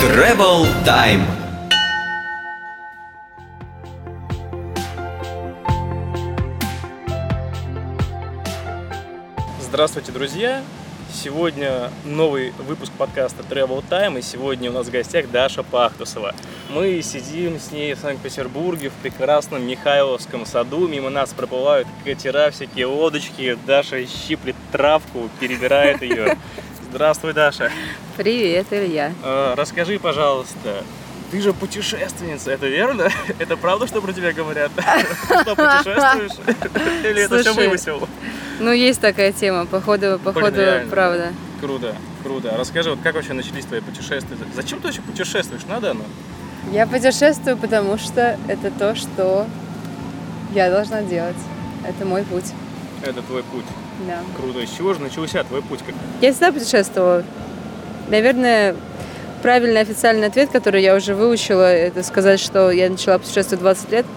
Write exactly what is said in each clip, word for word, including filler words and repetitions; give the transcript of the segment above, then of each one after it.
Travel Time. Здравствуйте, друзья! Сегодня новый выпуск подкаста Travel Time, и сегодня у нас в гостях Даша Пахтусова. Мы сидим с ней в Санкт-Петербурге в прекрасном Михайловском саду. Мимо нас проплывают катера, всякие лодочки. Даша щиплет травку, перебирает ее. Здравствуй, Даша! Привет, Илья! Расскажи, пожалуйста, ты же путешественница, это верно? Это правда, что про тебя говорят? Что, путешествуешь? Или это все вымысел? Ну, есть такая тема, походу, походу, правда. Круто, круто. Расскажи, вот как вообще начались твои путешествия? Зачем ты вообще путешествуешь? Надо оно? Я путешествую, потому что это то, что я должна делать. Это мой путь. Это твой путь? Да. Круто. С чего же начался твой путь? Я всегда путешествовала. Наверное, правильный официальный ответ, который я уже выучила, это сказать, что я начала путешествовать двадцать лет.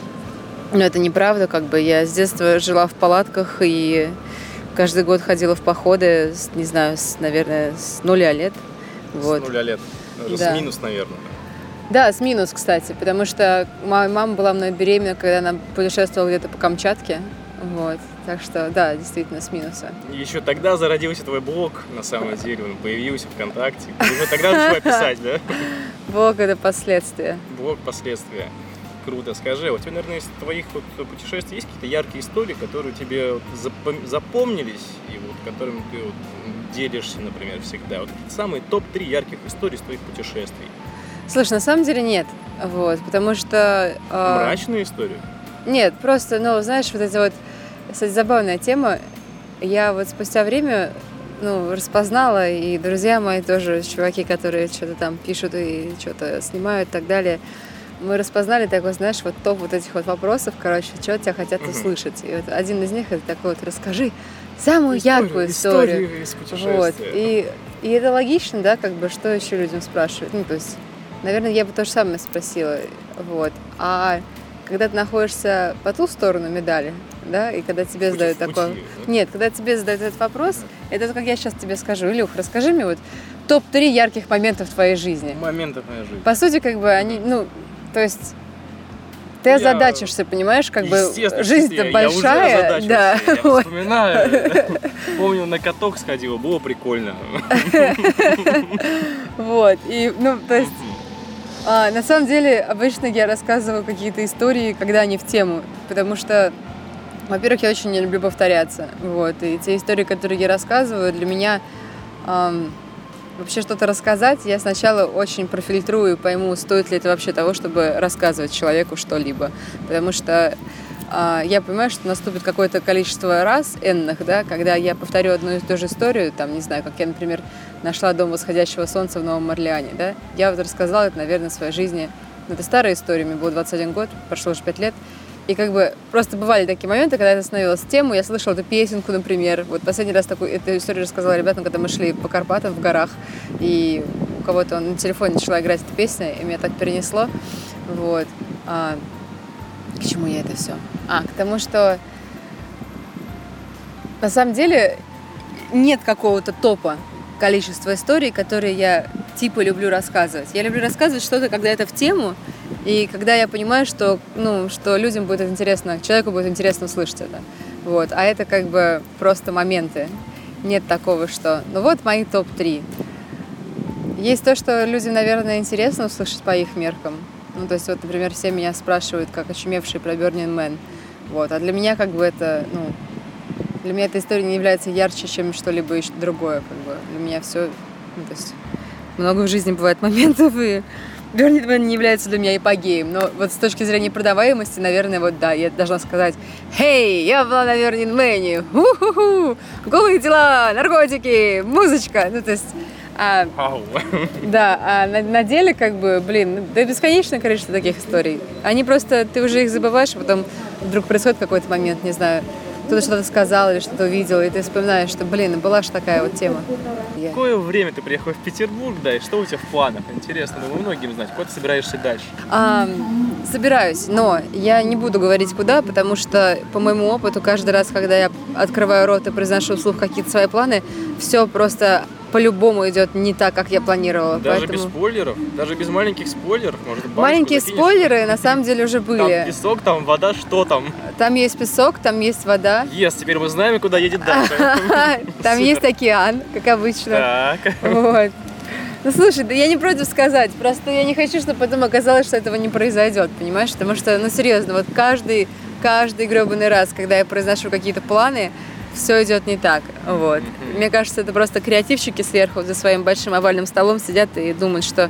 Но это неправда, как бы я с детства жила в палатках и каждый год ходила в походы, с, не знаю, с, наверное, с нуля лет. Вот. С нуля лет. Даже да. С минус, наверное. Да, с минус, кстати, потому что моя мама была мной беременна, когда она путешествовала где-то по Камчатке. Вот. Так что, да, действительно, с минуса. Еще тогда зародился твой блог, на самом деле, он появился ВКонтакте. Ты уже тогда начала писать, да? Блог — это последствия. Блог — последствия. Круто. Скажи, у тебя, наверное, из твоих вот путешествий есть какие-то яркие истории, которые тебе запомнились и вот которыми ты вот делишься, например, всегда? Вот самые топ-три ярких историй из твоих путешествий. Слушай, на самом деле нет. Вот, потому что... Э... Мрачные истории? Нет, просто, ну, знаешь, вот эти вот... Кстати, забавная тема. Я вот спустя время, ну, распознала, и друзья мои тоже, чуваки, которые что-то там пишут и что-то снимают и так далее, мы распознали такой, знаешь, вот топ вот этих вот вопросов, короче, что тебя хотят uh-huh. услышать. И вот один из них это такой вот: расскажи самую историю, яркую историю. Историю из путешествия. Вот. И, и это логично, да, как бы, что еще людям спрашивают. Ну, то есть, наверное, я бы то же самое спросила. Вот. А когда ты находишься по ту сторону медали, да, и когда тебе пути, задают пути, такой... Да? Нет, когда тебе задают этот вопрос, uh-huh. это как я сейчас тебе скажу: Илюх, расскажи мне вот топ-три ярких моментов в твоей жизни. Моментов в моей жизни. По сути, как бы, они, ну, то есть ты я, озадачишься, понимаешь, как бы жизнь-то я, большая. Я уже да. я вспоминаю. Помню, на каток сходила, было прикольно. Вот, и, ну, то есть, а, на самом деле, обычно я рассказываю какие-то истории, когда они в тему, потому что, во-первых, я очень не люблю повторяться, вот, и те истории, которые я рассказываю, для меня... Ам, вообще что-то рассказать, я сначала очень профильтрую и пойму, стоит ли это вообще того, чтобы рассказывать человеку что-либо. Потому что э, я понимаю, что наступит какое-то количество раз, энных, да, когда я повторю одну и ту же историю, там, не знаю, как я, например, нашла дом восходящего солнца в Новом Орлеане, да. Я вот рассказала это, наверное, в своей жизни. Ну, это старая история, мне было двадцать один год, прошло уже пять лет. И как бы просто бывали такие моменты, когда я становилась в тему, я слышала эту песенку, например. Вот последний раз такую эту историю рассказала ребятам, когда мы шли по Карпатам в горах, и у кого-то на телефоне начала играть эта песня, и меня так перенесло. Вот. А, к чему я это все? А, к тому, что на самом деле нет какого-то топа количества историй, которые я типа люблю рассказывать. Я люблю рассказывать что-то, когда это в тему, и когда я понимаю, что, ну, что людям будет интересно, человеку будет интересно услышать это. Вот. А это как бы просто моменты. Нет такого, что... Ну вот мои топ-три. Есть то, что людям, наверное, интересно услышать по их меркам. Ну, то есть, вот, например, все меня спрашивают, как очумевший про Burning Man. Вот. А для меня как бы это, ну... Для меня эта история не является ярче, чем что-либо еще другое. Как бы. Для меня все... Ну, то есть, много в жизни бывает моментов, и... Burning Man не является для меня эпогеем, но вот с точки зрения продаваемости, наверное, вот да, я должна сказать: «Хей, я была на Burning Man, ху-ху-ху, голые дела, наркотики, музычка». Ну, то есть, а, да, а на, на деле, как бы, блин, да бесконечное количество таких историй. Они просто, ты уже их забываешь, а потом вдруг происходит какой-то момент, не знаю, кто-то что-то сказал или что-то увидел, и ты вспоминаешь, что, блин, была же такая вот тема. В какое время ты приехала в Петербург, да, и что у тебя в планах? Интересно, думаю, многим знать, куда ты собираешься дальше? А, собираюсь, но я не буду говорить куда, потому что, по моему опыту, каждый раз, когда я открываю рот и произношу вслух какие-то свои планы, все просто по-любому идет не так, как я планировала. Даже поэтому... без спойлеров? Даже без маленьких спойлеров? Может, Маленькие спойлеры на самом деле уже были. Там песок, там вода, что там? Там есть песок, там есть вода. Yes, теперь мы знаем, куда едет Даша. Там есть океан, как обычно. Так. Вот. Ну слушай, да я не против сказать, просто я не хочу, чтобы потом оказалось, что этого не произойдет, понимаешь? Потому что, ну серьезно, вот каждый, каждый гребаный раз, когда я произношу какие-то планы, все идет не так. Вот. Mm-hmm. Мне кажется, это просто креативщики сверху за своим большим овальным столом сидят и думают, что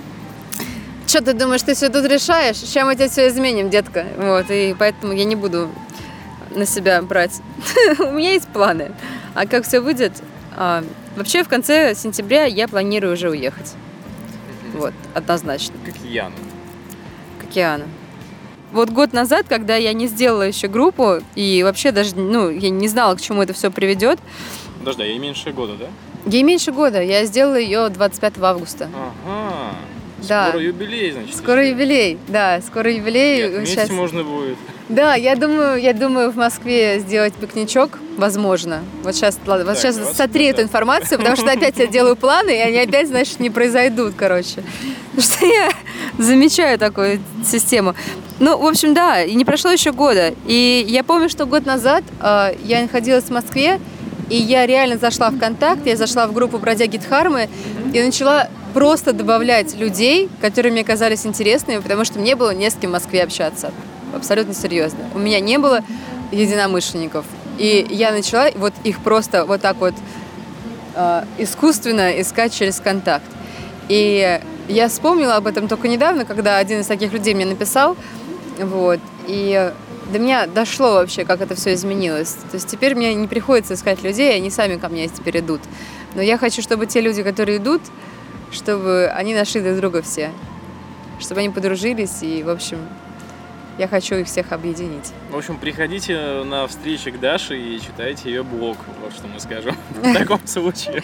что ты думаешь, ты все тут решаешь? Сейчас мы тебе все изменим, детка. Вот. И поэтому я не буду на себя брать. У меня есть планы. А как все выйдет? А, вообще в конце сентября я планирую уже уехать. Mm-hmm. Вот, однозначно. Как Яна. Как Яна. Вот год назад, когда я не сделала еще группу, и вообще даже, ну, я не знала, к чему это все приведет. Подожди, ей меньше года, да? Ей меньше года. Я сделала ее двадцать пятого августа. Ага. Да. Скоро юбилей, значит. Скоро юбилей, да, скоро юбилей. И отметить Сейчас... можно будет. Да, я думаю, я думаю в Москве сделать пикничок, возможно. Вот сейчас, ладно, вот Так, сейчас двадцать сотри эту информацию, потому что опять я делаю планы, и они опять, значит, не произойдут, короче. Потому что я замечаю такую систему. Ну, в общем, да, и не прошло еще года. И я помню, что год назад э, я находилась в Москве, и я реально зашла в контакт, я зашла в группу «Бродяги Дхармы» и начала просто добавлять людей, которые мне казались интересными, потому что мне было не с кем в Москве общаться. Абсолютно серьезно. У меня не было единомышленников. И я начала вот их просто вот так вот э, искусственно искать через контакт. И я вспомнила об этом только недавно, когда один из таких людей мне написал. Вот. И до меня дошло вообще, как это все изменилось. То есть теперь мне не приходится искать людей, они сами ко мне теперь идут. Но я хочу, чтобы те люди, которые идут, чтобы они нашли друг друга все. Чтобы они подружились и, в общем... Я хочу их всех объединить. В общем, приходите на встречи к Даше и читайте ее блог. Вот что мы скажем в таком случае.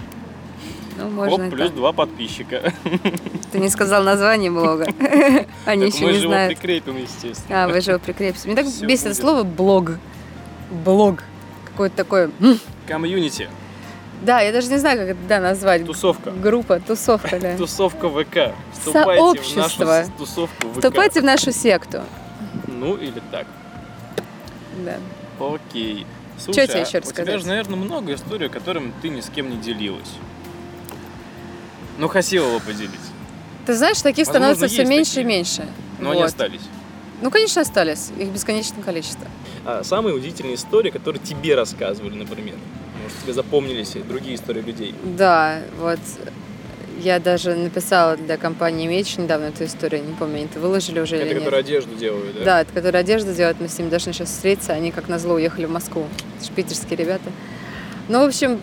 Ну, можно Оп, плюс два подписчика. Ты не сказал название блога. Они еще не знают. Мы же его прикрепим, естественно. А, вы же его прикрепите. Мне так бесит это слово блог. Блог. Какое-то такое... Комьюнити. Да, я даже не знаю, как это да, назвать. Тусовка. Группа, тусовка, да. Тусовка ВК. Сообщество. В нашу тусовку ВК. Вступайте в нашу секту. Ну, или так. Да. Окей. Слушай, что тебе еще а рассказать? У тебя же, наверное, много историй, которыми ты ни с кем не делилась. Ну, хотела бы поделить. Ты знаешь, таких Возможно, становится все есть меньше такие. и меньше. Но вот. они остались. Ну, конечно, остались. Их бесконечное количество. А самые удивительные истории, которые тебе рассказывали, например? Может, тебе запомнились и другие истории людей? Да, вот я даже написала для компании Меч недавно эту историю, не помню, они это выложили уже Это или нет. которые одежду делают, да? Да, это которые одежду делают, мы с ними должны сейчас встретиться, они как назло уехали в Москву, это же питерские ребята. Ну, в общем,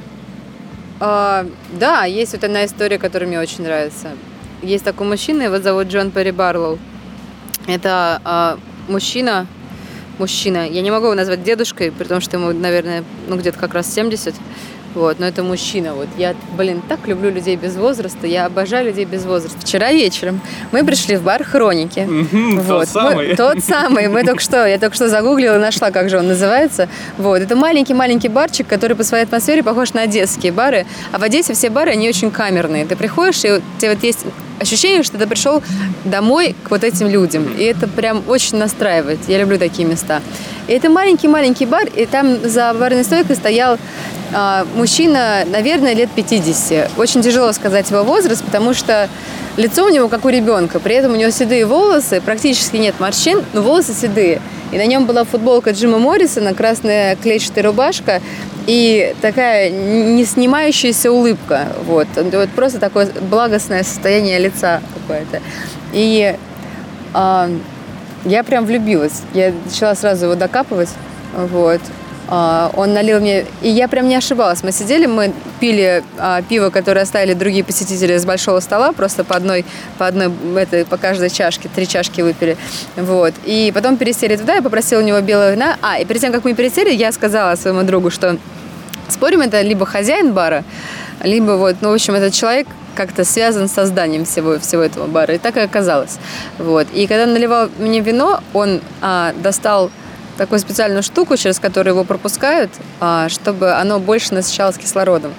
э, да, есть вот одна история, которая мне очень нравится. Есть такой мужчина, его зовут Джон Перри Барлоу. Это э, мужчина, мужчина, я не могу его назвать дедушкой, потому что ему, наверное, ну где-то как раз семьдесят, вот, но это мужчина, вот, я, блин, так люблю людей без возраста, я обожаю людей без возраста. Вчера вечером мы пришли в бар «Хроники». Тот самый. Тот самый, мы только что, я только что загуглила и нашла, как же он называется, вот, это маленький-маленький барчик, который по своей атмосфере похож на одесские бары, а в Одессе все бары, они очень камерные, ты приходишь, и у тебя вот есть ощущение, что ты пришел домой к вот этим людям. И это прям очень настраивает. Я люблю такие места. И это маленький-маленький бар, и там за барной стойкой стоял а, мужчина, наверное, лет пятидесяти. Очень тяжело сказать его возраст, потому что лицо у него как у ребенка. При этом у него седые волосы, практически нет морщин, но волосы седые. И на нем была футболка Джима Моррисона, красная клетчатая рубашка и такая не снимающаяся улыбка. Вот. Вот просто такое благостное состояние лица какое-то. И а, я прям влюбилась. Я начала сразу его докапывать. Вот. А, он налил мне... И я прям не ошибалась. Мы сидели, мы пили а, пиво, которое оставили другие посетители с большого стола, просто по одной, по одной, это, по каждой чашке, три чашки выпили. Вот. И потом пересели туда, я попросила у него белого вина. А, и перед тем, как мы пересели, я сказала своему другу, что спорим, это либо хозяин бара, либо вот, ну, в общем, этот человек как-то связан с созданием всего, всего этого бара. И так и оказалось. Вот. И когда он наливал мне вино, он а, достал такую специальную штуку, через которую его пропускают, а, чтобы оно больше насыщалось кислородом.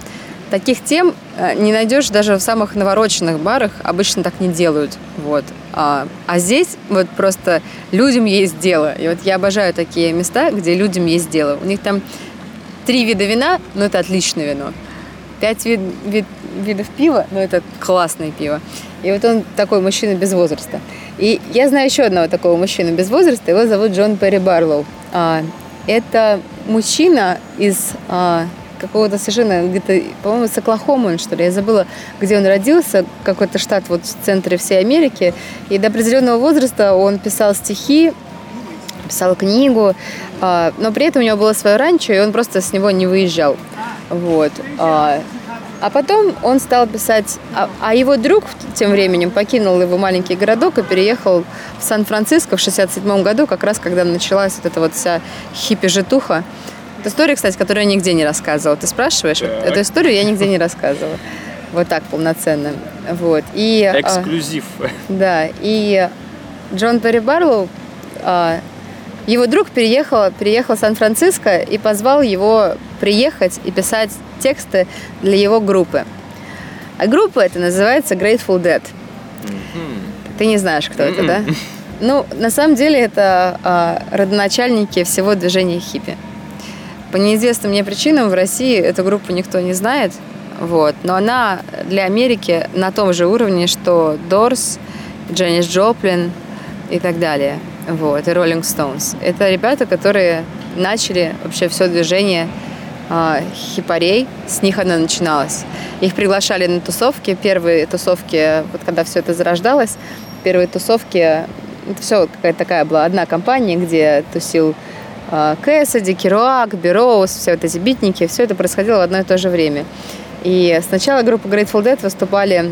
таких тем не найдешь даже в самых навороченных барах, обычно так не делают. Вот. А, а здесь вот просто людям есть дело. И вот я обожаю такие места, где людям есть дело. У них там три вида вина, но это отличное вино. Пять вид, вид, видов пива, но это классное пиво. И вот он такой мужчина без возраста. И я знаю еще одного такого мужчину без возраста, его зовут Джон Перри Барлоу. А, это мужчина из... А, какого-то совершенно где-то, по-моему, с Оклахомы, что ли, я забыла, где он родился, какой-то штат вот в центре всей Америки, и до определенного возраста он писал стихи, писал книгу, но при этом у него было свое ранчо, и он просто с него не выезжал, вот. А потом он стал писать, а его друг тем временем покинул его маленький городок и переехал в Сан-Франциско в шестьдесят седьмом году, как раз когда началась вот эта вот вся хиппи-житуха. Это история, кстати, которую я нигде не рассказывала. Ты спрашиваешь? Так. Эту историю я нигде не рассказывала. Вот так, полноценно. Вот. И, эксклюзив. А, да. И Джон Перри Барлоу, а, его друг переехал, переехал в Сан-Франциско и позвал его приехать и писать тексты для его группы. А группа эта называется Grateful Dead. Mm-hmm. Ты не знаешь, кто mm-hmm. это, да? Ну, на самом деле, это а, родоначальники всего движения хиппи. По неизвестным мне причинам в России эту группу никто не знает, вот, но она для Америки на том же уровне, что Doors, Дженнис Джоплин и так далее, вот, и Rolling Stones. Это ребята, которые начали вообще все движение э, хипарей, с них оно начиналось. Их приглашали на тусовки, первые тусовки, вот когда все это зарождалось, первые тусовки, это все какая-то такая была одна компания, где тусил Кэссиди, Керуак, Берроуз, все вот эти битники, все это происходило в одно и то же время. И сначала группа Grateful Dead выступали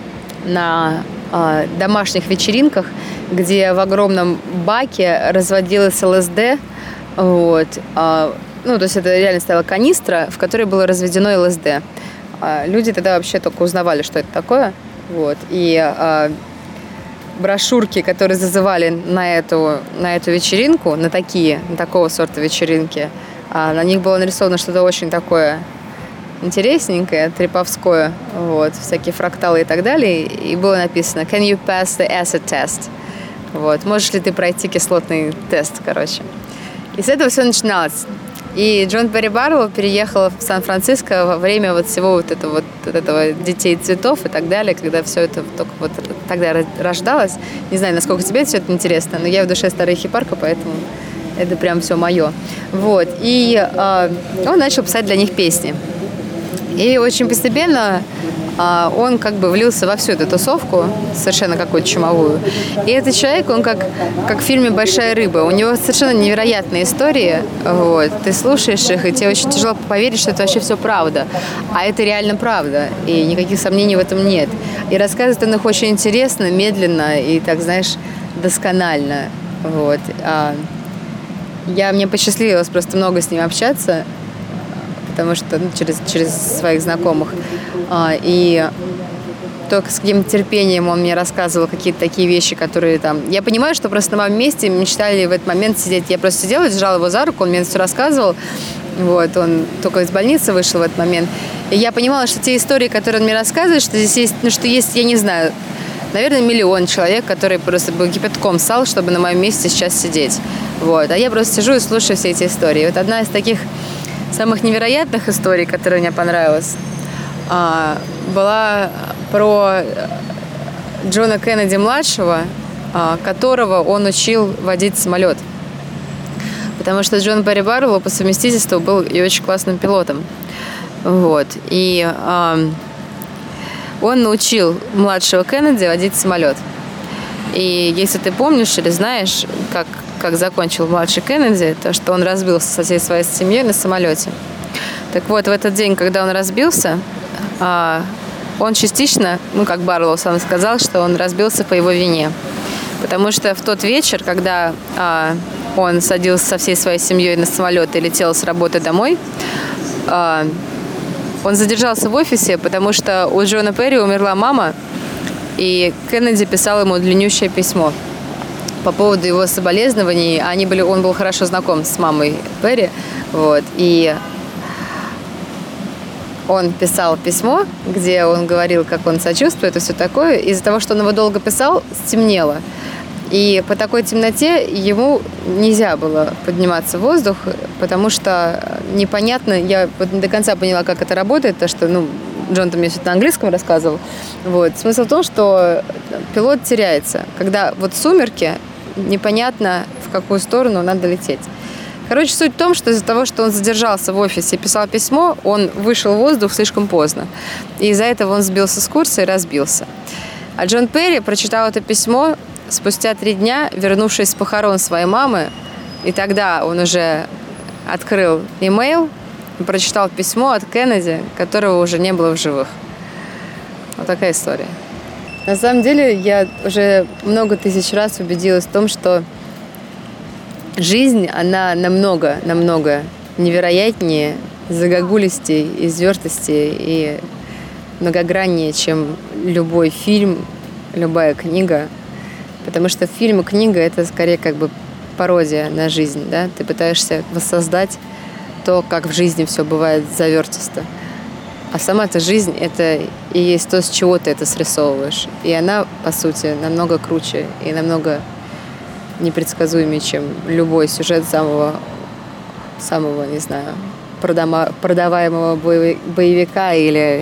на э, домашних вечеринках, где в огромном баке разводилось эл эс дэ. Вот, э, ну, то есть это реально стояла канистра, в которой было разведено эл эс дэ. Э, люди тогда вообще только узнавали, что это такое. Вот, и э, брошюрки, которые зазывали на эту, на эту вечеринку, на такие, на такого сорта вечеринки, а на них было нарисовано что-то очень такое интересненькое, треповское, вот, всякие фракталы и так далее, и было написано «Can you pass the acid test?» Вот, можешь ли ты пройти кислотный тест, короче. И с этого все начиналось. И Джон Перри Барлоу переехал в Сан-Франциско во время вот всего вот этого, вот, вот этого «Детей цветов» и так далее, когда все это только вот тогда рождалось. Не знаю, насколько тебе все это интересно, но я в душе старая хипарка, поэтому это прям все мое. Вот. И э, он начал писать для них песни. И очень постепенно э, он как бы влился во всю эту тусовку, совершенно какую-то чумовую. И этот человек, он как, как в фильме «Большая рыба». У него совершенно невероятные истории. Вот. Ты слушаешь их, и тебе очень тяжело поверить, что это вообще все правда. А это реально правда. И никаких сомнений в этом нет. И рассказывает он их очень интересно, медленно и, так знаешь, досконально. Вот. А я, мне посчастливилось просто много с ним общаться, потому что ну, через, через своих знакомых. А, и только с каким терпением он мне рассказывал какие-то такие вещи, которые там... Я понимаю, что просто на моем месте мечтали в этот момент сидеть. Я просто сидела, держала его за руку, он мне все рассказывал. Вот, он только из больницы вышел в этот момент. И я понимала, что те истории, которые он мне рассказывает, что здесь есть, ну, что есть, я не знаю, наверное, миллион человек, которые просто бы кипятком ссал, чтобы на моем месте сейчас сидеть. Вот. А я просто сижу и слушаю все эти истории. Вот одна из таких самых невероятных историй, которая мне понравилась, была про Джона Кеннеди-младшего, которого он учил водить самолет. Потому что Джон Перри Барлоу по совместительству был и очень классным пилотом. Вот. И э, он научил младшего Кеннеди водить самолет. И если ты помнишь или знаешь, как, как закончил младший Кеннеди, то что он разбился со всей своей семьей на самолете. Так вот, в этот день, когда он разбился, э, он частично, ну, как Барлоу сам сказал, что он разбился по его вине. Потому что в тот вечер, когда э, он садился со всей своей семьей на самолет и летел с работы домой, э, он задержался в офисе, потому что у Джона Перри умерла мама, и Кеннеди писал ему длиннющее письмо по поводу его соболезнований. Они были, он был хорошо знаком с мамой Перри, вот, и он писал письмо, где он говорил, как он сочувствует и все такое. Из-за того, что он его долго писал, стемнело. И по такой темноте ему нельзя было подниматься в воздух, потому что непонятно, я вот не до конца поняла, как это работает, то что, ну, Джон там мне все это на английском рассказывал. Вот. Смысл в том, что пилот теряется, когда вот сумерки, непонятно, в какую сторону надо лететь. Короче, суть в том, что из-за того, что он задержался в офисе и писал письмо, он вышел в воздух слишком поздно. И из-за этого он сбился с курса и разбился. А Джон Перри прочитал это письмо спустя три дня, вернувшись с похорон своей мамы, и тогда он уже открыл имейл и прочитал письмо от Кеннеди, которого уже не было в живых. Вот такая история. На самом деле, я уже много тысяч раз убедилась в том, что жизнь, она намного, намного невероятнее, загогулистей, извертостей и многограннее, чем любой фильм, любая книга. Потому что фильм и книга — это скорее как бы пародия на жизнь, да? Ты пытаешься воссоздать то, как в жизни все бывает завертисто. А сама-то жизнь — это и есть то, с чего ты это срисовываешь. И она, по сути, намного круче и намного непредсказуемее, чем любой сюжет самого, самого, не знаю, продама, продаваемого боевика или,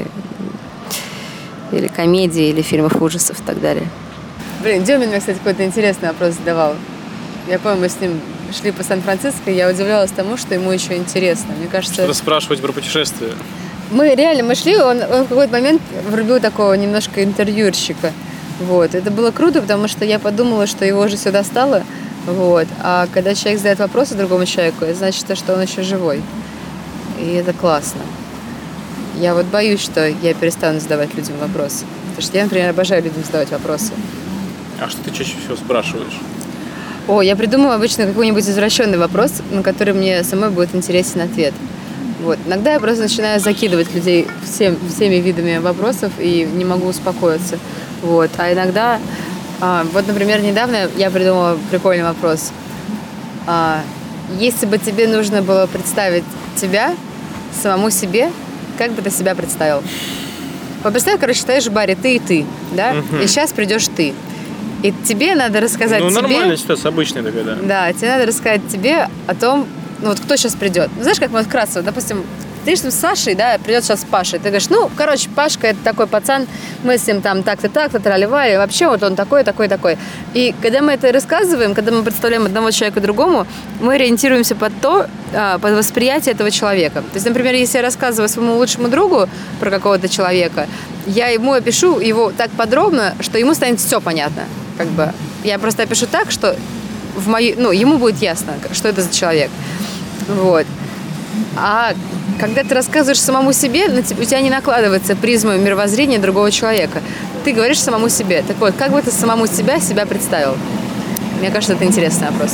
или комедии, или фильмов ужасов и так далее. Блин, Демин мне, кстати, какой-то интересный вопрос задавал. Я помню, мы с ним шли по Сан-Франциско, и я удивлялась тому, что ему еще интересно. Мне кажется... Что-то спрашивать про путешествия. Мы реально, мы шли, он, он в какой-то момент врубил такого немножко интервьюерщика. Вот. Это было круто, потому что я подумала, что его уже все достало. Вот. А когда человек задает вопросы другому человеку, это значит, что он еще живой. И это классно. Я вот боюсь, что я перестану задавать людям вопросы. Потому что я, например, обожаю людям задавать вопросы. А что ты чаще всего спрашиваешь? О, я придумываю обычно какой-нибудь извращенный вопрос, на который мне самой будет интересен ответ. Вот. Иногда я просто начинаю закидывать людей всем, всеми видами вопросов и не могу успокоиться. Вот. А иногда, а, вот, например, недавно я придумала прикольный вопрос. А, если бы тебе нужно было представить тебя самому себе, как бы ты себя представил? Вот представь, короче, стоишь в баре, ты и ты, да? Угу. И сейчас придешь ты. И тебе надо рассказать ну, тебе... Ну, нормальная ситуация, обычная такая, да. Да, тебе надо рассказать тебе о том, ну, вот кто сейчас придет. Ну, знаешь, как мы вкратце, допустим, ты с Сашей, да, придет сейчас Паша, и ты говоришь, ну, короче, Пашка — это такой пацан, мы с ним там так-то, так-то, тролливали, вообще вот он такой, такой, такой. И когда мы это рассказываем, когда мы представляем одного человека другому, мы ориентируемся под то, под восприятие этого человека. То есть, например, если я рассказываю своему лучшему другу про какого-то человека, я ему опишу его так подробно, что ему станет все понятно. Как бы я просто опишу так, что в мою, ну, ему будет ясно, что это за человек. Вот. А когда ты рассказываешь самому себе, у тебя не накладывается призма мировоззрения другого человека. Ты говоришь самому себе. Так вот, как бы ты самому себя себя представил? Мне кажется, это интересный вопрос.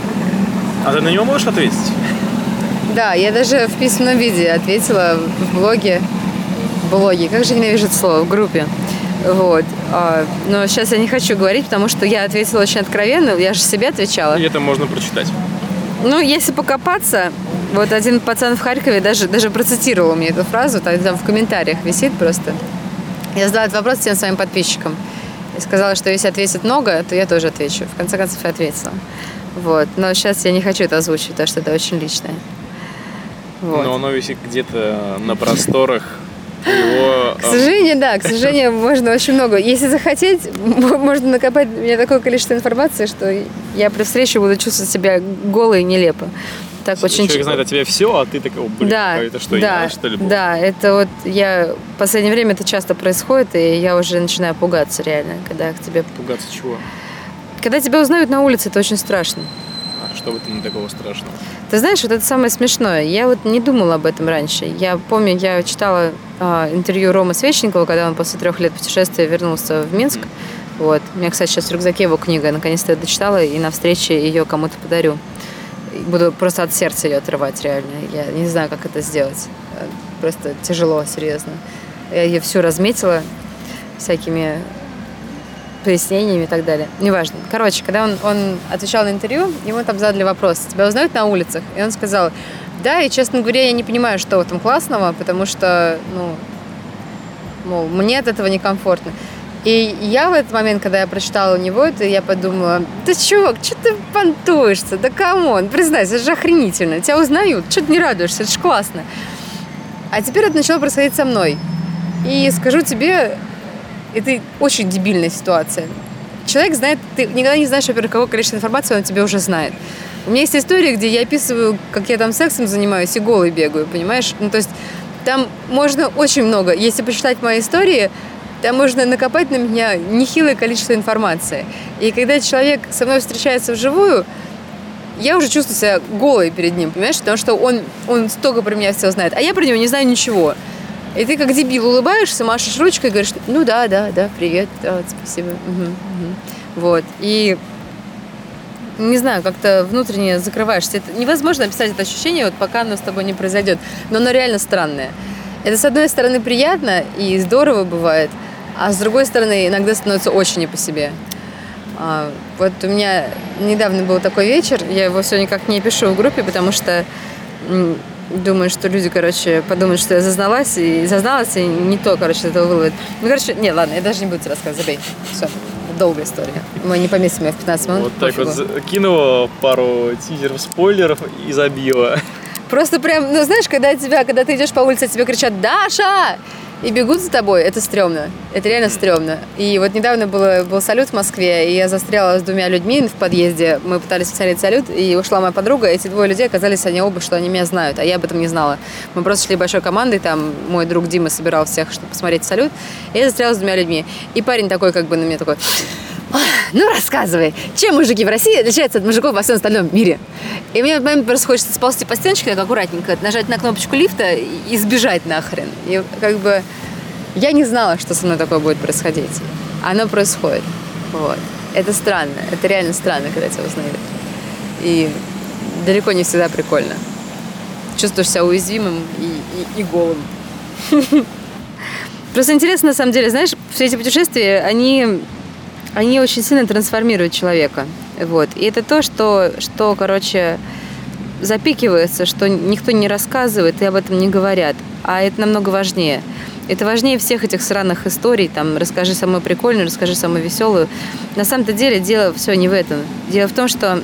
А ты на него можешь ответить? Да, я даже в письменном виде ответила в блоге. В блоге. Как же ненавижу это слово? В группе. Вот. Но сейчас я не хочу говорить, потому что я ответила очень откровенно. Я же себе отвечала. И это можно прочитать. Ну, если покопаться, вот один пацан в Харькове даже, даже процитировал мне эту фразу, там в комментариях висит просто. Я задала этот вопрос всем своим подписчикам. И сказала, что если ответит много, то я тоже отвечу. В конце концов, я ответила. Вот. Но сейчас я не хочу это озвучить, потому что это очень личное. Вот. Но оно висит где-то на просторах его... К сожалению, да, к сожалению, можно очень много. Если захотеть, можно накопать у меня такое количество информации, что я при встрече буду чувствовать себя голой и нелепо. Так очень... Человек знает о тебе все, а ты такой, блин, да, это что, да, я, что ли? Был? Да, это вот я... В последнее время это часто происходит, и я уже начинаю пугаться реально, когда к тебе... Пугаться чего? Когда тебя узнают на улице, это очень страшно. А что в этом такого страшного? Ты знаешь, вот это самое смешное. Я вот не думала об этом раньше. Я помню, я читала а, интервью Ромы Свечникова, когда он после трех лет путешествия вернулся в Минск. Mm. Вот. У меня, кстати, сейчас в рюкзаке его книга. Наконец-то я дочитала, и на встрече ее кому-то подарю. Буду просто от сердца ее отрывать, реально. Я не знаю, как это сделать. Просто тяжело, серьезно. Я ее всю разметила всякими пояснениями и так далее. Неважно. Короче, когда он, он отвечал на интервью, ему там задали вопрос: тебя узнают на улицах? И он сказал: Да, и, честно говоря, я не понимаю, что в этом классного, потому что, ну, мол, мне от этого некомфортно. И я в этот момент, когда я прочитала у него это, я подумала, да чувак, что ты понтуешься, да камон, признайся, это же охренительно, тебя узнают, что ты не радуешься, это же классно. А теперь это начало происходить со мной. И скажу тебе, это очень дебильная ситуация. Человек знает, ты никогда не знаешь, во-первых, какое количество информации он тебе уже знает. У меня есть история, где я описываю, как я там сексом занимаюсь и голой бегаю, понимаешь? Ну, то есть там можно очень много, если почитать мои истории, там можно накопать на меня нехилое количество информации. И когда человек со мной встречается вживую, я уже чувствую себя голой перед ним, понимаешь? Потому что он, он столько про меня все знает, а я про него не знаю ничего. И ты как дебил улыбаешься, машешь ручкой и говоришь, ну да, да, да, привет, да, спасибо. Угу, угу. Вот. И не знаю, как-то внутренне закрываешься. Это невозможно описать это ощущение, вот пока оно с тобой не произойдет. Но оно реально странное. Это, с одной стороны, приятно и здорово бывает, а с другой стороны, иногда становится очень не по себе. А, вот у меня недавно был такой вечер, я его все никак не пишу в группе, потому что м, думаю, что люди, короче, подумают, что я зазналась, и зазналась, и не то, короче, этого выловит. Ну, короче, не, ладно, я даже не буду тебе рассказывать, забей. Все, долгая история. Мы не поместим ее в пятнадцать минут. Вот так пофигу. Вот кинула пару тизеров, спойлеров и забила. Просто прям, ну, знаешь, когда тебя, когда ты идешь по улице, тебе кричат «Даша!» и бегут за тобой, это стрёмно. Это реально стрёмно. И вот недавно было, был салют в Москве, и я застряла с двумя людьми в подъезде. Мы пытались посмотреть салют, и ушла моя подруга. Эти двое людей оказались, они оба, что они меня знают, а я об этом не знала. Мы просто шли большой командой, там мой друг Дима собирал всех, чтобы посмотреть салют. И я застряла с двумя людьми. И парень такой, как бы на меня такой... Ну, рассказывай, чем мужики в России отличаются от мужиков во всем остальном мире? И мне в этот момент просто хочется сползти по стеночке так аккуратненько, нажать на кнопочку лифта и сбежать нахрен. И как бы я не знала, что со мной такое будет происходить. Оно происходит. Вот. Это странно. Это реально странно, когда тебя узнают. И далеко не всегда прикольно. Чувствуешь себя уязвимым и, и, и голым. Просто интересно, на самом деле, знаешь, все эти путешествия, они... они очень сильно трансформируют человека. Вот. И это то, что, что, короче, запикивается, что никто не рассказывает и об этом не говорят. А это намного важнее. Это важнее всех этих сраных историй. Там, расскажи самую прикольную, расскажи самую веселую. На самом-то деле дело все не в этом. Дело в том, что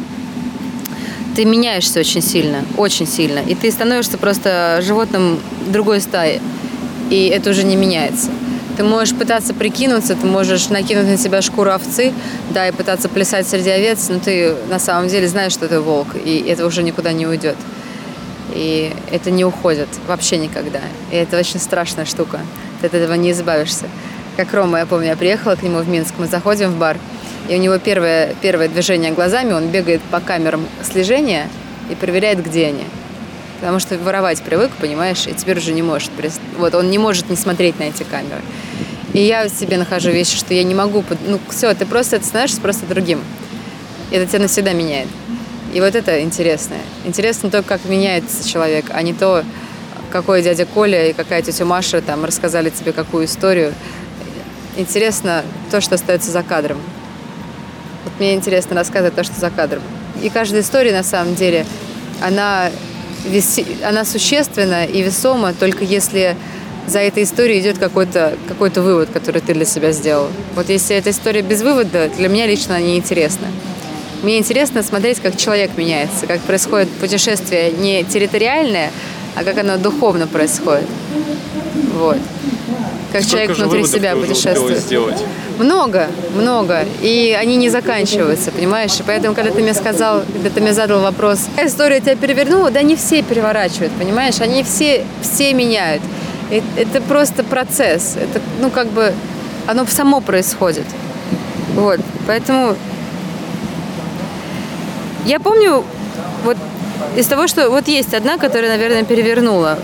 ты меняешься очень сильно, очень сильно. И ты становишься просто животным другой стаи. И это уже не меняется. Ты можешь пытаться прикинуться, ты можешь накинуть на себя шкуру овцы, да, и пытаться плясать среди овец, но ты на самом деле знаешь, что ты волк, и это уже никуда не уйдет. И это не уходит вообще никогда. И это очень страшная штука. Ты от этого не избавишься. Как Рома, я помню, я приехала к нему в Минск, мы заходим в бар, и у него первое, первое движение глазами, он бегает по камерам слежения и проверяет, где они. Потому что воровать привык, понимаешь, и теперь уже не может. Вот он не может не смотреть на эти камеры. И я в себе нахожу вещи, что я не могу... Ну, все, ты просто это становишься просто другим. И это тебя навсегда меняет. И вот это интересно. Интересно то, как меняется человек, а не то, какой дядя Коля и какая тетя Маша там рассказали тебе какую историю. Интересно то, что остается за кадром. Вот мне интересно рассказывать то, что за кадром. И каждая история, на самом деле, она... она существенна и весома только если за этой историей идет какой-то, какой-то вывод, который ты для себя сделал. Вот если эта история без вывода, для меня лично она неинтересна. Мне интересно смотреть, как человек меняется, как происходит путешествие не территориальное, а как оно духовно происходит. Вот. Как Сколько человек внутри себя путешествует. Много, много. И они не заканчиваются, понимаешь? И поэтому, когда ты мне сказал, когда ты мне задал вопрос, какая история тебя перевернула, да не все переворачивают, понимаешь? Они все, все меняют. И это просто процесс. Это, ну, как бы, оно само происходит. Вот. Поэтому я помню, вот из того, что вот есть одна, которая, наверное, перевернула.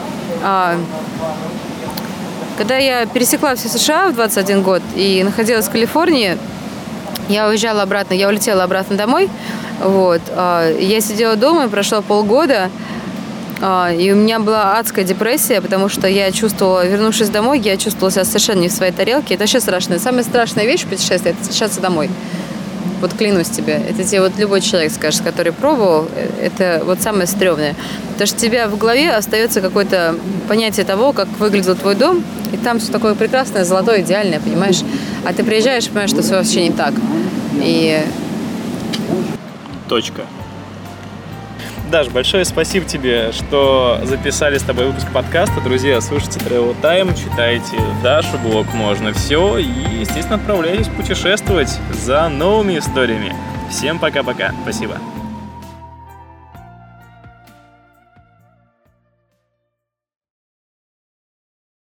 Когда я пересекла все США в двадцать один год и находилась в Калифорнии, я уезжала обратно, я улетела обратно домой. Вот. Я сидела дома, и прошло полгода, и у меня была адская депрессия, потому что я чувствовала, вернувшись домой, я чувствовала себя совершенно не в своей тарелке. Это вообще страшно. Самая страшная вещь в путешествии – это возвращаться домой. Вот клянусь тебе. Это тебе вот любой человек скажет, который пробовал. Это вот самое стрёмное. Потому что у тебя в голове остается какое-то понятие того, как выглядел твой дом. И там все такое прекрасное, золотое, идеальное, понимаешь? А ты приезжаешь и понимаешь, что все вообще не так. И... Точка. Даш, большое спасибо тебе, что записали с тобой выпуск подкаста. Друзья, слушайте Travel Time, читайте Дашу, блог «Можно все» и, естественно, отправляйтесь путешествовать за новыми историями. Всем пока-пока. Спасибо.